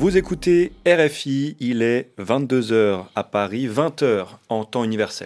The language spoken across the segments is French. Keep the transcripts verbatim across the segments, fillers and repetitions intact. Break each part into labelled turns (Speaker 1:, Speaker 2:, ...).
Speaker 1: Vous écoutez R F I, il est vingt-deux heures à Paris, vingt heures en temps universel.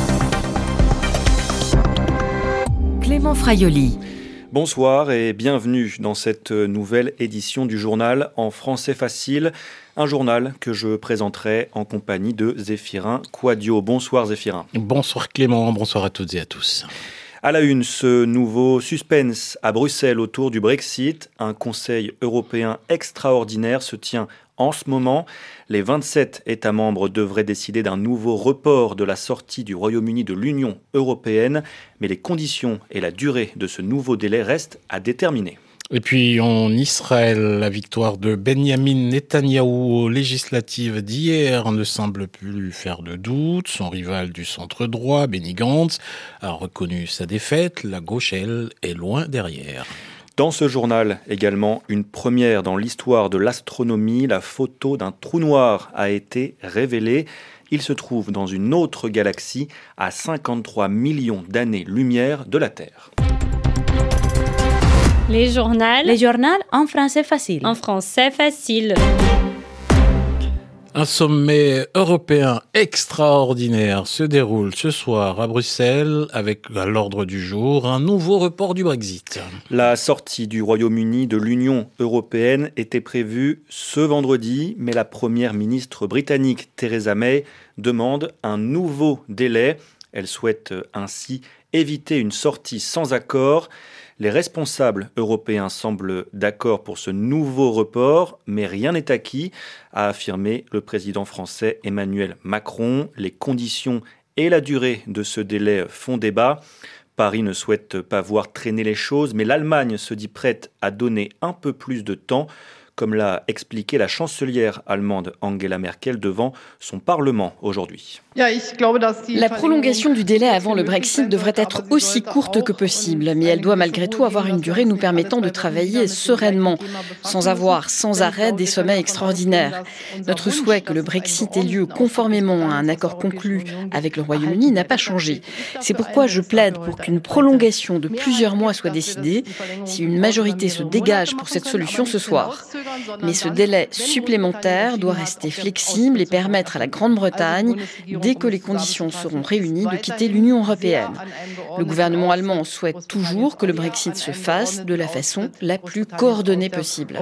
Speaker 2: Clément Fraioli.
Speaker 1: Bonsoir et bienvenue dans cette nouvelle édition du journal en français facile, un journal que je présenterai en compagnie de Zéphirin Quadio. Bonsoir Zéphirin.
Speaker 3: Bonsoir Clément, bonsoir à toutes et à tous.
Speaker 1: À la une, ce nouveau suspense à Bruxelles autour du Brexit. Un Conseil européen extraordinaire se tient en ce moment. Les vingt-sept États membres devraient décider d'un nouveau report de la sortie du Royaume-Uni de l'Union européenne. Mais les conditions et la durée de ce nouveau délai restent à déterminer.
Speaker 3: Et puis en Israël, la victoire de Benyamin Netanyahou aux législatives d'hier ne semble plus faire de doute. Son rival du centre droit, Benny Gantz, a reconnu sa défaite. La gauche, elle, est loin derrière.
Speaker 1: Dans ce journal, également, une première dans l'histoire de l'astronomie. La photo d'un trou noir a été révélée. Il se trouve dans une autre galaxie à cinquante-trois millions d'années-lumière de la Terre.
Speaker 4: Les journaux.
Speaker 5: Les journaux en français facile.
Speaker 4: En français facile.
Speaker 3: Un sommet européen extraordinaire se déroule ce soir à Bruxelles avec à l'ordre du jour un nouveau report du Brexit.
Speaker 1: La sortie du Royaume-Uni de l'Union européenne était prévue ce vendredi, mais la première ministre britannique Theresa May demande un nouveau délai. Elle souhaite ainsi éviter une sortie sans accord. Les responsables européens semblent d'accord pour ce nouveau report, mais rien n'est acquis, a affirmé le président français Emmanuel Macron. Les conditions et la durée de ce délai font débat. Paris ne souhaite pas voir traîner les choses, mais l'Allemagne se dit prête à donner un peu plus de temps, comme l'a expliqué la chancelière allemande Angela Merkel devant son Parlement aujourd'hui.
Speaker 6: La prolongation du délai avant le Brexit devrait être aussi courte que possible, mais elle doit malgré tout avoir une durée nous permettant de travailler sereinement, sans avoir sans arrêt des sommets extraordinaires. Notre souhait que le Brexit ait lieu conformément à un accord conclu avec le Royaume-Uni n'a pas changé. C'est pourquoi je plaide pour qu'une prolongation de plusieurs mois soit décidée, si une majorité se dégage pour cette solution ce soir. Mais ce délai supplémentaire doit rester flexible et permettre à la Grande-Bretagne, dès que les conditions seront réunies, de quitter l'Union européenne. Le gouvernement allemand souhaite toujours que le Brexit se fasse de la façon la plus coordonnée possible.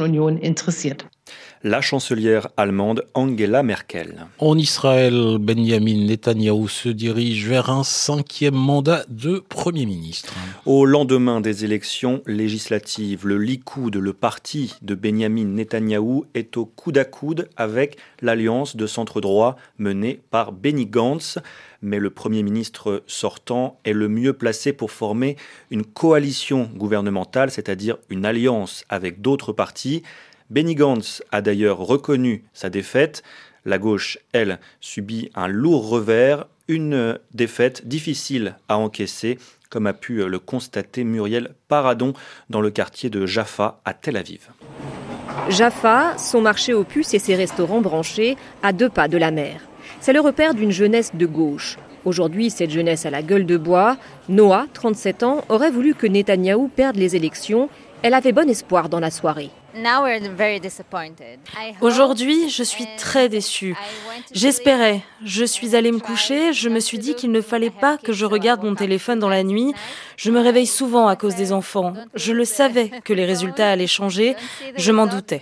Speaker 1: La chancelière allemande Angela Merkel.
Speaker 3: En Israël, Benyamin Netanyahou se dirige vers un cinquième mandat de Premier ministre.
Speaker 1: Au lendemain des élections législatives, le Likoud, le parti de Benyamin Netanyahou, est au coude à coude avec l'alliance de centre-droit menée par Benny Gantz. Mais le Premier ministre sortant est le mieux placé pour former une coalition gouvernementale, c'est-à-dire une alliance avec d'autres partis. Benny Gantz a d'ailleurs reconnu sa défaite. La gauche, elle, subit un lourd revers, une défaite difficile à encaisser, comme a pu le constater Muriel Paradon dans le quartier de Jaffa à Tel Aviv.
Speaker 7: Jaffa, son marché aux puces et ses restaurants branchés à deux pas de la mer. C'est le repère d'une jeunesse de gauche. Aujourd'hui, cette jeunesse a la gueule de bois. Noah, trente-sept ans, aurait voulu que Netanyahou perde les élections. Elle avait bon espoir dans la soirée.
Speaker 8: Aujourd'hui, je suis très déçue. J'espérais. Je suis allée me coucher. Je me suis dit qu'il ne fallait pas que je regarde mon téléphone dans la nuit. Je me réveille souvent à cause des enfants. Je le savais que les résultats allaient changer. Je m'en doutais.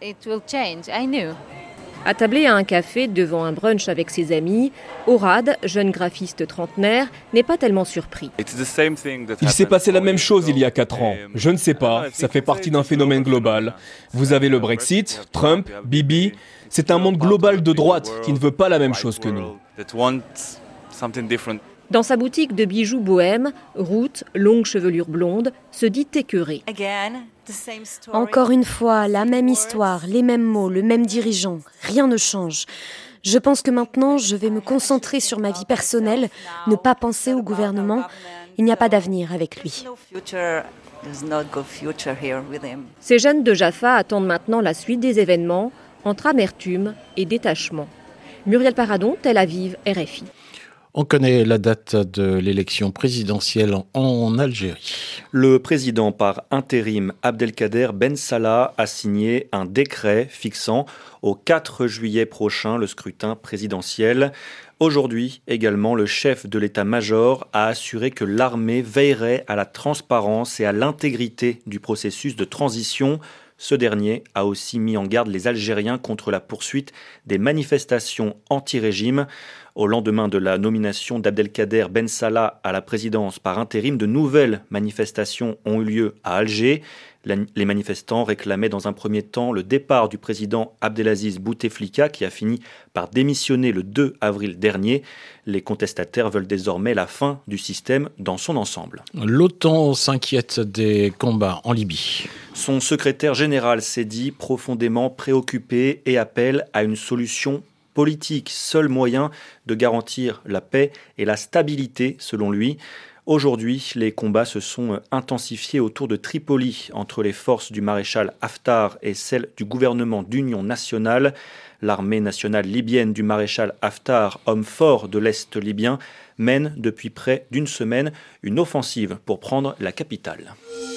Speaker 7: Attablé à un café devant un brunch avec ses amis, Orad, jeune graphiste trentenaire, n'est pas tellement surpris.
Speaker 9: Il s'est passé la même chose il y a quatre ans. Je ne sais pas, ça fait partie d'un phénomène global. Vous avez le Brexit, Trump, Bibi. C'est un monde global de droite qui ne veut pas la même chose que nous.
Speaker 7: Dans sa boutique de bijoux bohème, Ruth, longue chevelure blonde, se dit écœurée.
Speaker 10: Encore une fois, la même histoire, les mêmes mots, le même dirigeant. Rien ne change. Je pense que maintenant, je vais me concentrer sur ma vie personnelle, ne pas penser au gouvernement. Il n'y a pas d'avenir avec lui.
Speaker 7: Ces jeunes de Jaffa attendent maintenant la suite des événements, entre amertume et détachement. Muriel Paradon, Tel Aviv, R F I.
Speaker 3: On connaît la date de l'élection présidentielle en Algérie.
Speaker 1: Le président par intérim Abdelkader Ben Salah a signé un décret fixant au quatre juillet prochain le scrutin présidentiel. Aujourd'hui également, le chef de l'état-major a assuré que l'armée veillerait à la transparence et à l'intégrité du processus de transition. Ce dernier a aussi mis en garde les Algériens contre la poursuite des manifestations anti-régime. Au lendemain de la nomination d'Abdelkader Ben Salah à la présidence par intérim, de nouvelles manifestations ont eu lieu à Alger. Les manifestants réclamaient dans un premier temps le départ du président Abdelaziz Bouteflika qui a fini par démissionner le deux avril dernier. Les contestataires veulent désormais la fin du système dans son ensemble.
Speaker 3: L'OTAN s'inquiète des combats en Libye.
Speaker 1: Son secrétaire général s'est dit profondément préoccupé et appelle à une solution politique, seul moyen de garantir la paix et la stabilité selon lui. Aujourd'hui, les combats se sont intensifiés autour de Tripoli entre les forces du maréchal Haftar et celles du gouvernement d'union nationale. L'armée nationale libyenne du maréchal Haftar, homme fort de l'Est libyen, mène depuis près d'une semaine une offensive pour prendre la capitale.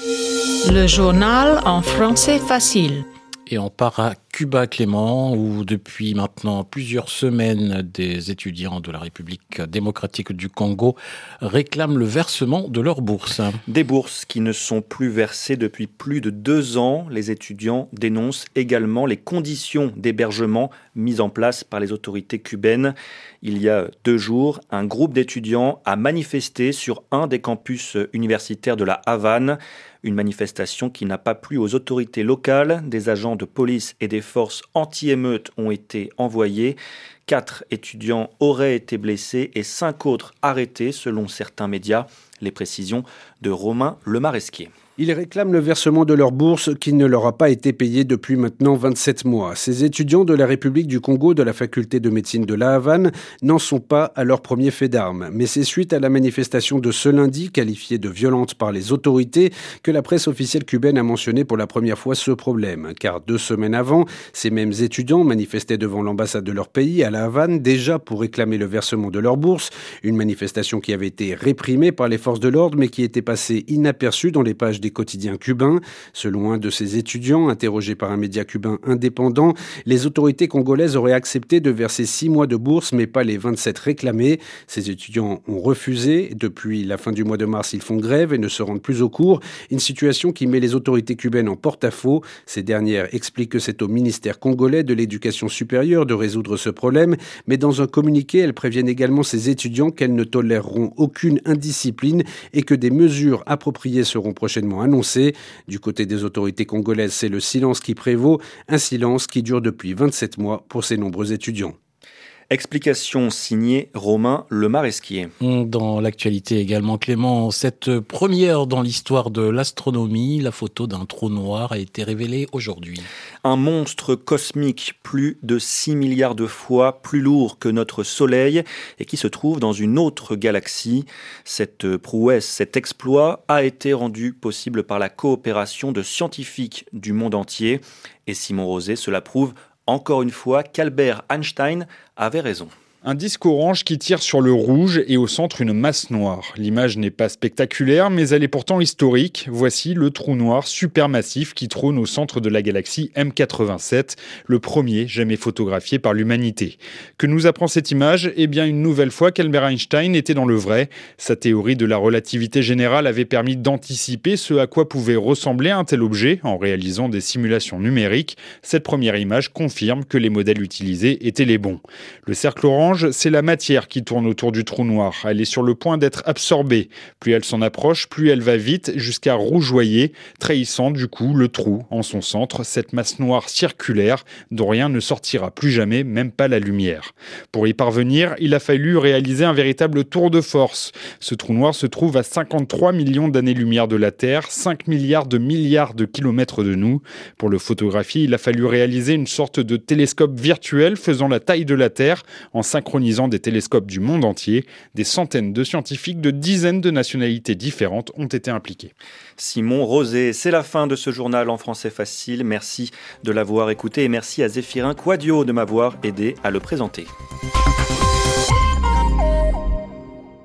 Speaker 2: Le journal en français facile.
Speaker 3: Et on part à Cuba, Clément, où depuis maintenant plusieurs semaines, des étudiants de la République démocratique du Congo réclament le versement de leurs bourses.
Speaker 1: Des bourses qui ne sont plus versées depuis plus de deux ans. Les étudiants dénoncent également les conditions d'hébergement mises en place par les autorités cubaines. Il y a deux jours, un groupe d'étudiants a manifesté sur un des campus universitaires de la Havane. Une manifestation qui n'a pas plu aux autorités locales. Des agents de police et des forces anti-émeutes ont été envoyés. Quatre étudiants auraient été blessés et cinq autres arrêtés selon certains médias. Les précisions de Romain Lemaresquier.
Speaker 4: Ils réclament le versement de leur bourse qui ne leur a pas été payée depuis maintenant vingt-sept mois. Ces étudiants de la République du Congo de la faculté de médecine de La Havane n'en sont pas à leur premier fait d'armes. Mais c'est suite à la manifestation de ce lundi, qualifiée de violente par les autorités, que la presse officielle cubaine a mentionné pour la première fois ce problème. Car deux semaines avant, ces mêmes étudiants manifestaient devant l'ambassade de leur pays à La Havane, déjà pour réclamer le versement de leur bourse. Une manifestation qui avait été réprimée par les forces de l'ordre, mais qui était passée inaperçue dans les pages des quotidiens cubains. Selon un de ces étudiants, interrogé par un média cubain indépendant, les autorités congolaises auraient accepté de verser six mois de bourse, mais pas les vingt-sept réclamés. Ces étudiants ont refusé. Depuis la fin du mois de mars, ils font grève et ne se rendent plus au cours. Une situation qui met les autorités cubaines en porte-à-faux. Ces dernières expliquent que c'est au ministère congolais de l'éducation supérieure de résoudre ce problème, mais dans un communiqué, elles préviennent également ces étudiants qu'elles ne toléreront aucune indiscipline et que des mesures appropriées seront prochainement annoncées. Du côté des autorités congolaises, c'est le silence qui prévaut, un silence qui dure depuis vingt-sept mois pour ces nombreux étudiants.
Speaker 1: Explication signée Romain Lemaresquier.
Speaker 3: Dans l'actualité également, Clément, cette première dans l'histoire de l'astronomie, la photo d'un trou noir a été révélée aujourd'hui.
Speaker 1: Un monstre cosmique plus de six milliards de fois plus lourd que notre Soleil et qui se trouve dans une autre galaxie. Cette prouesse, cet exploit a été rendu possible par la coopération de scientifiques du monde entier. Et Simon Rosé, cela prouve encore une fois qu'Albert Einstein avait raison.
Speaker 11: Un disque orange qui tire sur le rouge et au centre une masse noire. L'image n'est pas spectaculaire, mais elle est pourtant historique. Voici le trou noir supermassif qui trône au centre de la galaxie M quatre-vingt-sept, le premier jamais photographié par l'humanité. Que nous apprend cette image ? Eh bien, une nouvelle fois qu'Albert Einstein était dans le vrai. Sa théorie de la relativité générale avait permis d'anticiper ce à quoi pouvait ressembler un tel objet en réalisant des simulations numériques. Cette première image confirme que les modèles utilisés étaient les bons. Le cercle orange, c'est la matière qui tourne autour du trou noir. Elle est sur le point d'être absorbée. Plus elle s'en approche, plus elle va vite jusqu'à rougeoyer, trahissant du coup le trou en son centre, cette masse noire circulaire dont rien ne sortira plus jamais, même pas la lumière. Pour y parvenir, il a fallu réaliser un véritable tour de force. Ce trou noir se trouve à cinquante-trois millions d'années-lumière de la Terre, cinq milliards de milliards de kilomètres de nous. Pour le photographier, il a fallu réaliser une sorte de télescope virtuel faisant la taille de la Terre en synchronisant des télescopes du monde entier. Des centaines de scientifiques de dizaines de nationalités différentes ont été impliqués.
Speaker 1: Simon Rosé, c'est la fin de ce journal en français facile. Merci de l'avoir écouté et merci à Zéphirin Quadio de m'avoir aidé à le présenter.